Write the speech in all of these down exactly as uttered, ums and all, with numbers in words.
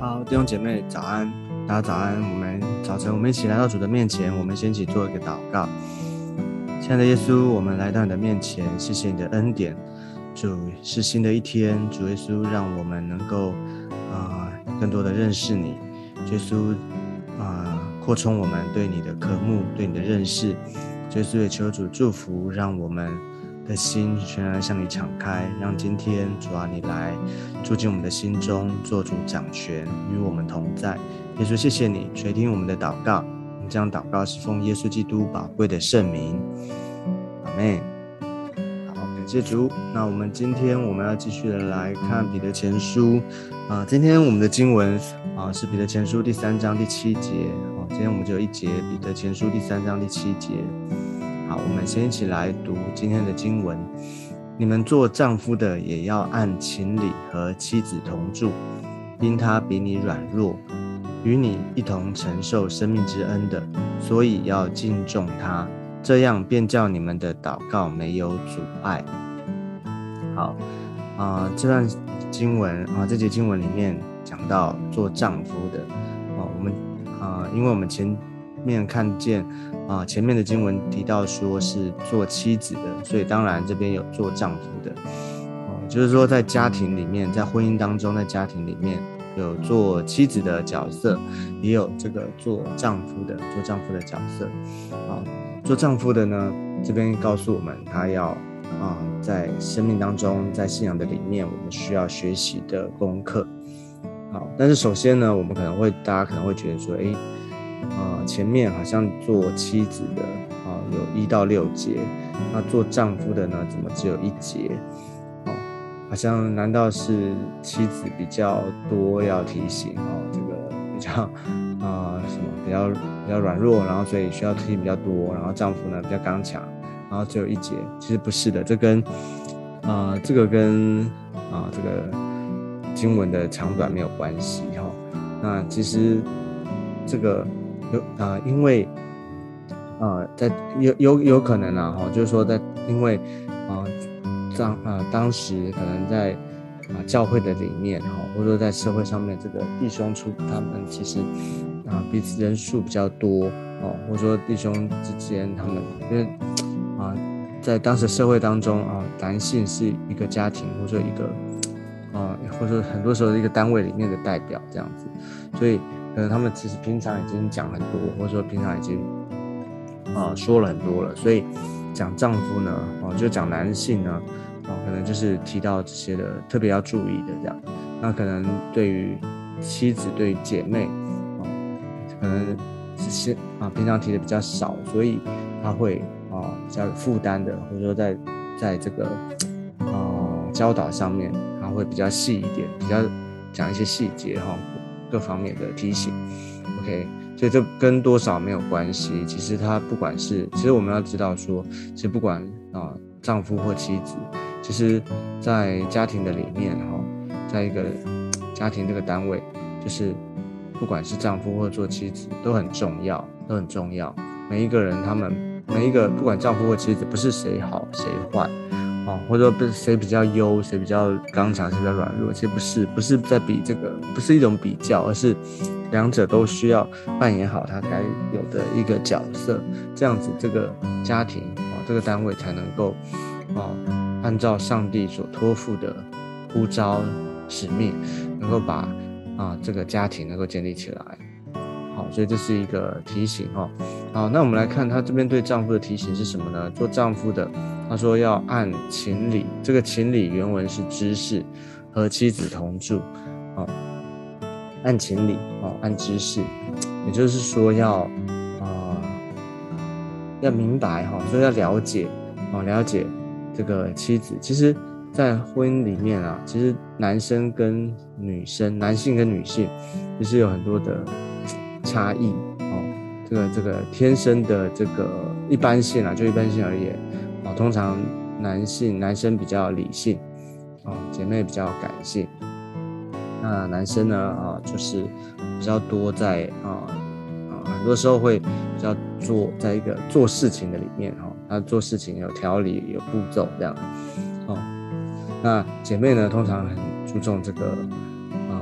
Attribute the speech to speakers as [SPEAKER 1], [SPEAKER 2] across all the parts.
[SPEAKER 1] 好，弟兄姐妹早安，大家早安。我们早晨，我们一起来到主的面前，我们先一起做一个祷告。亲爱的耶稣，我们来到你的面前，谢谢你的恩典。主，是新的一天，主耶稣让我们能够呃更多的认识你，耶稣呃扩充我们对你的渴慕，对你的认识。耶稣也求主祝福，让我们的心全然向你敞开，让今天主啊你来住进我们的心中，做主掌权，与我们同在。耶稣，谢谢你垂听我们的祷告，我们这样祷告是奉耶稣基督宝贵的圣名，阿们。好，感谢主。那我们今天我们要继续的来看彼得前书，呃、今天我们的经文、呃、是彼得前书第三章第七节、哦、今天我们只有一节，彼得前书第三章第七节。好，我们先一起来读今天的经文。你们做丈夫的也要按情理和妻子同住，因他比你软弱，与你一同承受生命之恩的，所以要敬重他，这样便叫你们的祷告没有阻碍。好，呃、这段经文啊，这节经文里面讲到做丈夫的，啊、我们啊、因为我们前面看见啊，前面的经文提到说是做妻子的，所以当然这边有做丈夫的，哦，就是说在家庭里面，在婚姻当中，在家庭里面有做妻子的角色，也有这个做丈夫的，做丈夫的角色。啊，做丈夫的呢，这边告诉我们，他要啊，在生命当中，在信仰的里面，我们需要学习的功课。好，但是首先呢，我们可能会，大家可能会觉得说，哎。呃，前面好像做妻子的啊、呃，有一到六节，那做丈夫的呢，怎么只有一节？哦，好像难道是妻子比较多要提醒哦？这个比较啊、呃、什么比较比较软弱，然后所以需要提醒比较多，然后丈夫呢比较刚强，然后只有一节？其实不是的，这跟啊、呃、这个跟啊、呃、这个经文的长短没有关系哈、哦。那其实这个。有啊、呃，因为呃，在有有有可能啊，哈，就是说在因为啊，当啊、呃、当时可能在啊、呃、教会的里面哈，或者说在社会上面，这个弟兄出他们其实啊、呃、彼此人数比较多哦，或者说弟兄之间他们因为啊、呃、在当时社会当中啊、呃，男性是一个家庭或者说一个啊、呃、或者说很多时候一个单位里面的代表这样子，所以。可能他们其实平常已经讲很多，或者说平常已经啊、呃、说了很多了，所以讲丈夫呢，哦、呃、就讲男性呢，哦、呃、可能就是提到这些的特别要注意的这样。那可能对于妻子、对于姐妹，哦、呃、可能是些啊、呃、平常提的比较少，所以他会啊、呃、比较有负担的，或者说在在这个啊、呃、教导上面，他会比较细一点，比较讲一些细节哈。哦各方面的提醒 ，OK， 所以这跟多少没有关系。其实他不管是，其实我们要知道说，其实不管啊、呃、丈夫或妻子，其实在家庭的里面哈、哦，在一个家庭这个单位，就是不管是丈夫或做妻子都很重要，都很重要。每一个人他们每一个不管丈夫或妻子，不是谁好谁坏。哦，或者说不是谁比较优，谁比较刚强，谁比较软弱，其实不是，不是在比这个，不是一种比较，而是两者都需要扮演好他该有的一个角色，这样子这个家庭哦，这个单位才能够哦，按照上帝所托付的呼召使命，能够把啊这个家庭能够建立起来。好，所以这是一个提醒哈、哦。好，那我们来看他这边对丈夫的提醒是什么呢？做丈夫的。他说要按情理，这个情理原文是知识，和妻子同住，哦，按情理，哦，按知识，也就是说要，呃，要明白哈，所以要了解，哦，了解这个妻子。其实，在婚姻里面啊，其实男生跟女生，男性跟女性，其实有很多的差异，哦，这个这个天生的这个一般性啊，就一般性而言。哦，通常男性男生比较理性，哦，姐妹比较感性。那男生呢，啊，就是比较多在啊啊，很多时候会比较做在一个做事情的里面，哈、哦，他做事情有条理、有步骤这样，哦。那姐妹呢，通常很注重这个啊、呃、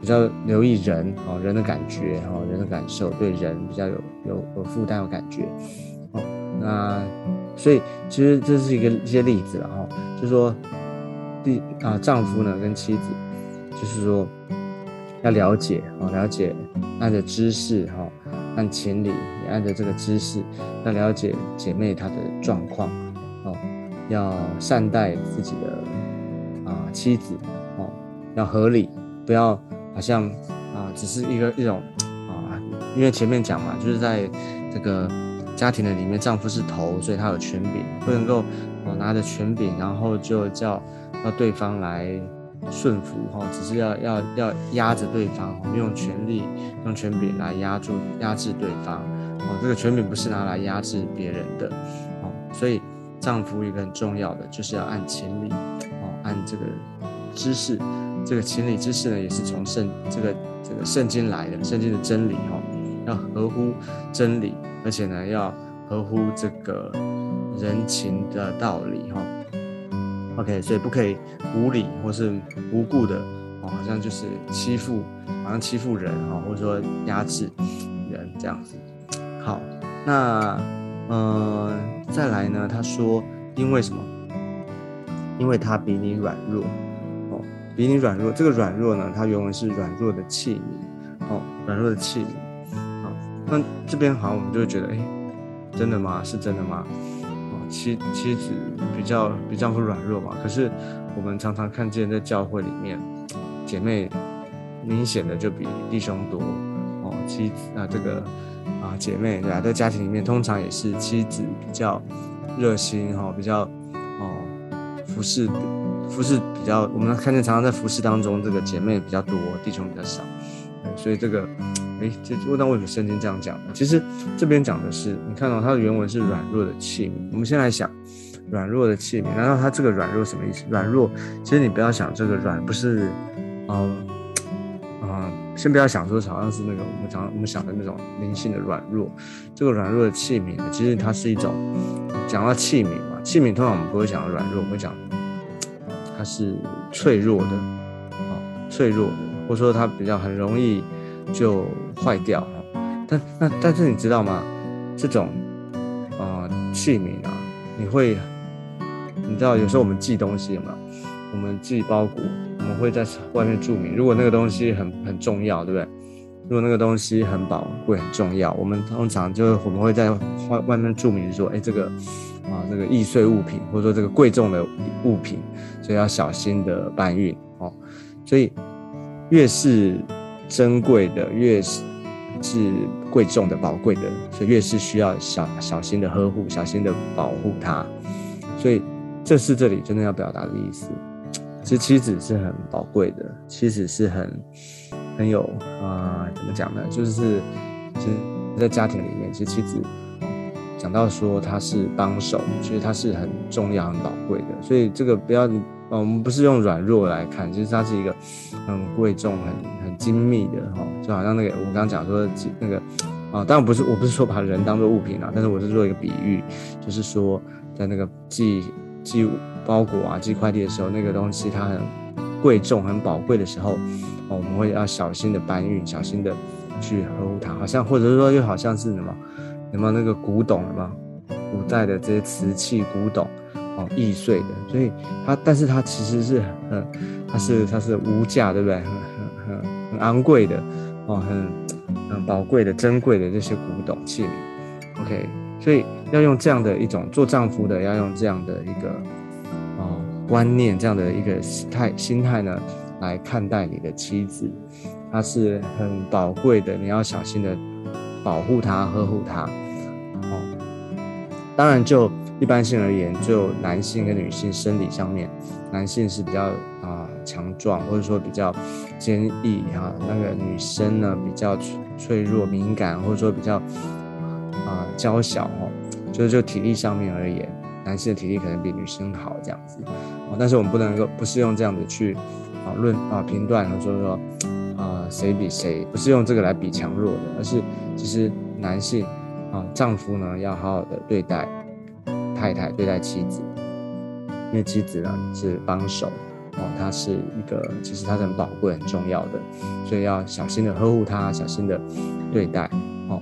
[SPEAKER 1] 比较留意人哦，人的感觉哦，人的感受，对人比较有有有负担有感觉哦。那所以其实这是一个一些例子了哈、哦，就是说第啊丈夫呢跟妻子，就是说要了解哦，了解按着知识哈、哦，按情理也按着这个知识，要了解姐妹她的状况哦，要善待自己的啊妻子哦，要合理，不要好像啊只是一个一种啊，因为前面讲嘛，就是在这个家庭的里面，丈夫是头，所以他有权柄，不能够哦拿着权柄，然后就叫要对方来顺服哈，只是要要要压着对方，用权力用权柄来压住压制对方哦，这个权柄不是拿来压制别人的哦，所以丈夫一个很重要的就是要按情理哦，按这个知识，这个情理知识呢也是从圣这个这个圣经来的，圣经的真理哈、哦，要合乎真理，而且呢要合乎这个人情的道理哈、哦。OK， 所以不可以无理或是无故的哦，好像就是欺负，好像欺负人哈、哦，或者说压制人这样子。好，那呃再来呢，他说因为什么？因为他比你软弱哦，比你软弱。这个软弱呢，它原文是软弱的器皿哦，软弱的器皿。好，那这边好像我们就会觉得，哎，真的吗？是真的吗？哦，妻妻子比较比丈夫软弱嘛？可是我们常常看见在教会里面，姐妹明显的就比弟兄多哦。妻子啊，这个啊姐妹对吧、啊？在家庭里面，通常也是妻子比较热心哈、哦，比较哦服侍服侍比较，我们看见常常在服侍当中，这个姐妹比较多，弟兄比较少。所以这个，哎，这那为什么圣经这样讲呢？其实这边讲的是，你看到、哦、它的原文是软弱的器皿。我们先来想，软弱的器皿，难道它这个软弱什么意思？软弱，其实你不要想这个软不是，嗯啊、呃，先不要想说好像是那个我们常我们想的那种灵性的软弱。这个软弱的器皿呢，其实它是一种，讲到器皿嘛，器皿通常我们不会讲到软弱，我们会讲它是脆弱的，哦，脆弱的。或者说它比较很容易就坏掉，但那但是你知道吗？这种呃器皿啊，你会你知道有时候我们寄东西有没有？我们寄包裹，我们会在外面注明，如果那个东西很很重要，对不对？如果那个东西很宝贵很重要，我们通常就我们会在外外面注明说，哎，这个啊这个易碎物品，或者说这个贵重的物品，所以要小心的搬运哦，所以。越是珍贵的，越是贵重的、宝贵的，所以越是需要小小心的呵护、小心的保护它。所以这是这里真的要表达的意思。其实妻子是很宝贵的，妻子是很很有啊、呃，怎么讲呢？就是其实，在家庭里面，其实妻子讲到说她是帮手，其实她是很重要、很宝贵的。所以这个不要。哦、我们不是用软弱来看，其实它是一个很贵重、很很精密的哈、哦，就好像那个我刚刚讲说那个啊，当然不是，我不是说把人当作物品啦，但是我是做一个比喻，就是说在那个寄寄包裹啊、寄快递的时候，那个东西它很贵重、很宝贵的时候，哦，我们会要小心的搬运，小心的去呵护它，好像或者是说又好像是什么有没有那个古董有没有古代的这些瓷器古董。哦，易碎的，所以它，但是它其实是很，它是它是无价，对不对？很很很很昂贵的，哦，很很宝贵的、珍贵的这些古董器皿。OK， 所以要用这样的一种做丈夫的，要用这样的一个哦观念，这样的一个态心态呢，来看待你的妻子，她是很宝贵的，你要小心的保护她、呵护她。哦，当然就。一般性而言，就男性跟女性生理上面，男性是比较啊、呃、强壮，或者说比较坚毅哈、啊，那个女生呢比较脆弱敏感，或者说比较啊、呃、娇小哈，就是就体力上面而言，男性的体力可能比女生好这样子，哦，但是我们不能够不是用这样子去啊论啊评断，或者说啊谁比谁，不是用这个来比强弱的，而是其实男性啊丈夫呢要好好的对待。太太对待妻子，因为妻子呢是帮手哦，她它是一个，其实它是很宝贵、很重要的，所以要小心的呵护它，小心的对待。哦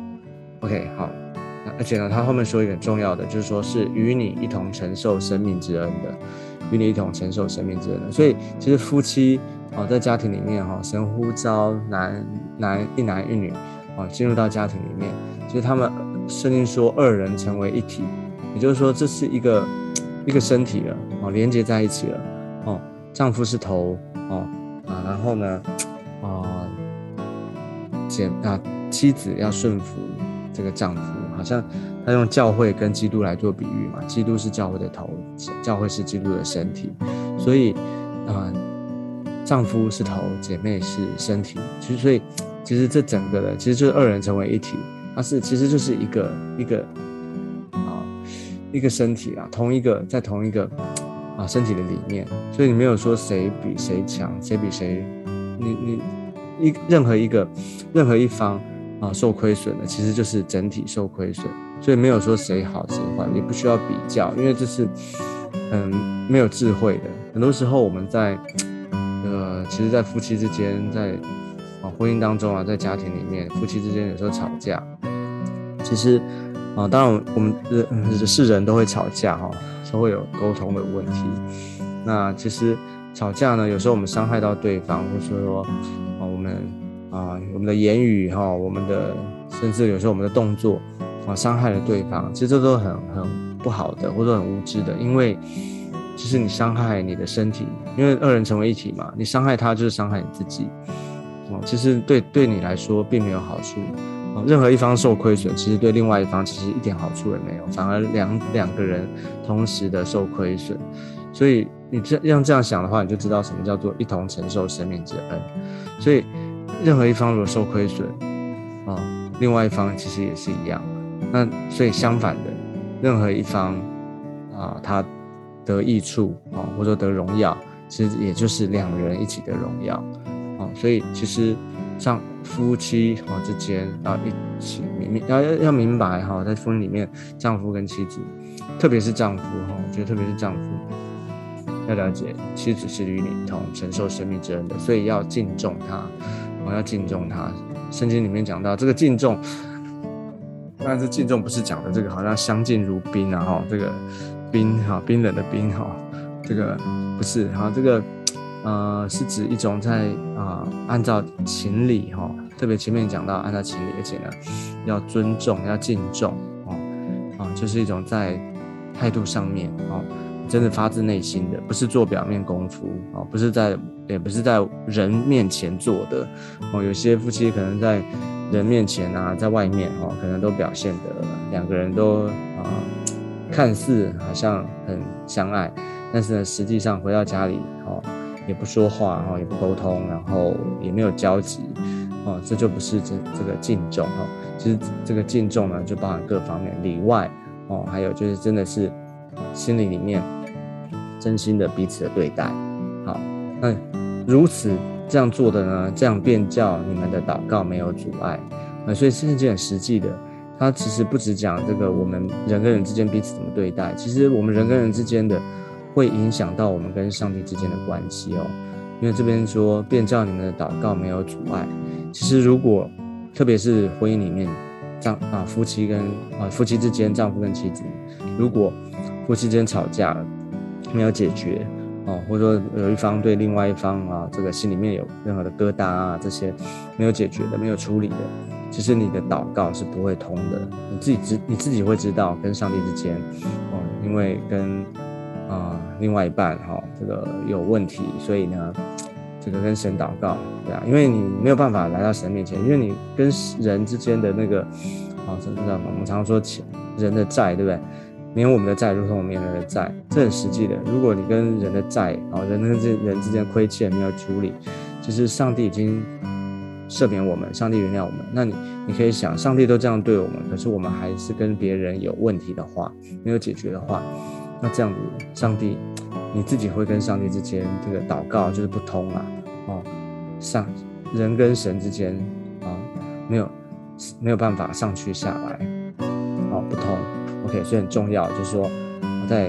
[SPEAKER 1] ，OK， 好，而且呢，他后面说一个很重要的，就是说是与你一同承受生命之恩的，与你一同承受生命之恩的。所以其实夫妻哦，在家庭里面哈，神呼召男男一男一女哦，进入到家庭里面，其实他们圣经说二人成为一体，也就是说这是一个一个身体了哦，连接在一起了哦。丈夫是头哦啊，然后呢啊，姐啊妻子要顺服这个丈夫，好像他用教会跟基督来做比喻嘛，基督是教会的头，教会是基督的身体，所以啊。丈夫是头，姐妹是身体，其实所以其实这整个的其实就是二人成为一体，它是其实就是一个一个啊一个身体啦，同一个在同一个啊身体的里面，所以你没有说谁比谁强，谁比谁，你你一任何一个任何一方啊受亏损的，其实就是整体受亏损，所以没有说谁好谁坏，也不需要比较，因为这是嗯没有智慧的，很多时候我们在。呃，其实，在夫妻之间，在啊婚姻当中啊，在家庭里面，夫妻之间有时候吵架，其实啊，当然我们呃是人都会吵架哈，都会有沟通的问题。那其实吵架呢，有时候我们伤害到对方，或者说啊我们啊我们的言语哈，我们的甚至有时候我们的动作啊伤害了对方，其实这都很很不好的，或者很无知的，因为。其实你伤害你的身体，因为二人成为一体嘛，你伤害他就是伤害你自己。哦，其实对对你来说并没有好处。哦，任何一方受亏损，其实对另外一方其实一点好处也没有，反而两两个人同时的受亏损。所以你这样这样想的话，你就知道什么叫做一同承受生命之恩。所以任何一方如果受亏损，哦，另外一方其实也是一样。那所以相反的，任何一方啊，他。得益处啊，或者说得荣耀，其实也就是两人一起的荣耀啊。所以其实像夫妻哈之间要一起明要要明白哈，在婚姻里面，丈夫跟妻子，特别是丈夫哈，我觉得特别是丈夫要了解，妻子是与你同承受生命之恩的，所以要敬重他，我要敬重他。圣经里面讲到这个敬重，当然是敬重，不是讲的这个好像相敬如宾啊哈，这个。冰哈，冰冷的冰哈，这个不是哈，这个呃是指一种在啊、呃、按照情理哈，特别前面讲到按照情理，而且呢要尊重，要敬重哦啊，就是一种在态度上面哦，真的发自内心的，不是做表面功夫哦，不是在也不是在人面前做的哦，有些夫妻可能在人面前啊，在外面哦，可能都表现的两个人都啊。看似好像很相爱，但是呢，实际上回到家里哦，也不说话哦，也不沟通，然后也没有交集哦，这就不是这这个敬重哦。其实这个敬重呢，就包含各方面里外哦，还有就是真的是心里里面真心的彼此的对待。好，那如此这样做的呢，这样便叫你们的祷告没有阻碍啊，所以是件很实际的。他其实不只讲这个我们人跟人之间彼此怎么对待，其实我们人跟人之间的会影响到我们跟上帝之间的关系哦。因为这边说便叫你们的祷告没有阻碍，其实如果特别是婚姻里面丈啊夫妻跟啊夫妻之间丈夫跟妻子，如果夫妻之间吵架了没有解决哦，或者说有一方对另外一方啊这个心里面有任何的疙瘩啊这些没有解决的没有处理的。其实你的祷告是不会通的，你自己知你自己会知道跟上帝之间，哦，因为跟啊、呃、另外一半哈、哦、这个有问题，所以呢，这个跟神祷告，对啊，因为你没有办法来到神面前，因为你跟人之间的那个啊，知道吗？我们常常说人的债，对不对？免我们的债，如同我们免人的债，这很实际的。如果你跟人的债，啊，人跟人之间亏欠没有处理，其实上帝已经赦免我们，上帝原谅我们，那你你可以想，上帝都这样对我们，可是我们还是跟别人有问题的话，没有解决的话，那这样子，上帝你自己会跟上帝之间这个祷告就是不通啊，哦，上人跟神之间啊，没有没有办法上去下来，哦，不通 ，OK， 所以很重要，就是说在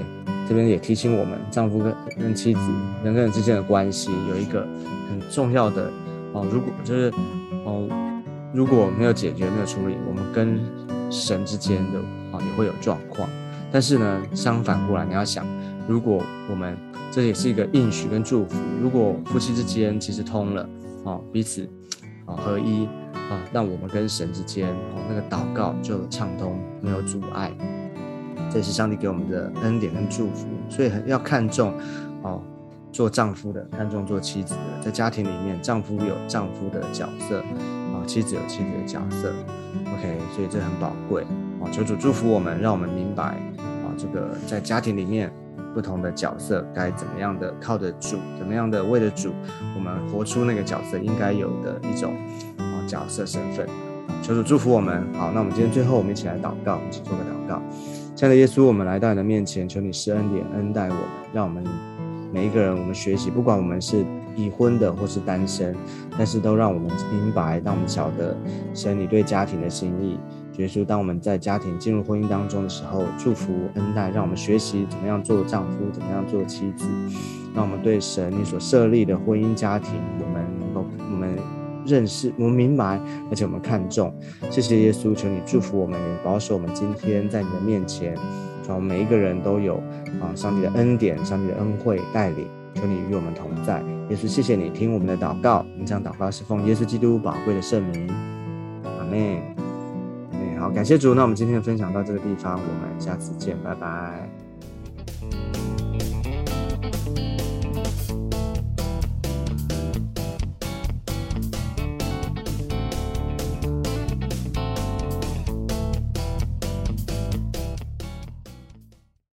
[SPEAKER 1] 这边也提醒我们，丈夫跟跟妻子人跟人之间的关系有一个很重要的哦，如果就是哦，如果没有解决、没有处理，我们跟神之间的啊、哦、也会有状况。但是呢，相反过来，你要想，如果我们这也是一个应许跟祝福，如果夫妻之间其实通了哦，彼此啊、哦、合一啊、哦，让我们跟神之间哦那个祷告就畅通，没有阻碍。这也是上帝给我们的恩典跟祝福，所以很要看重哦，做丈夫的看重做妻子的，在家庭里面，丈夫有丈夫的角色啊、哦，妻子有妻子的角色。OK， 所以这很宝贵啊、哦！求主祝福我们，让我们明白啊、哦，这个在家庭里面不同的角色该怎么样的靠着主，怎么样的为了主，我们活出那个角色应该有的一种啊、哦、角色身份。求主祝福我们。好，那我们今天最后我们一起来祷告，我们一起做个祷告。亲爱的耶稣，我们来到你的面前，求你施恩典恩待我们，让我们每一个人，我们学习，不管我们是已婚的或是单身，但是都让我们明白，让我们晓得神你对家庭的心意。耶稣，当我们在家庭进入婚姻当中的时候，祝福恩待，让我们学习怎么样做丈夫，怎么样做妻子，让我们对神你所设立的婚姻家庭，我们能够我们认识，我们明白，而且我们看重。谢谢耶稣，求你祝福我们，也保守我们今天在你的面前，让我们每一个人都有啊上帝的恩典，上帝的恩惠带领。求你与我们同在，耶稣，谢谢你听我们的祷告，我们将祷告是奉耶稣基督宝贵的圣名，阿们。好，感谢主，那我们今天的分享到这个地方，我们下次见，拜拜。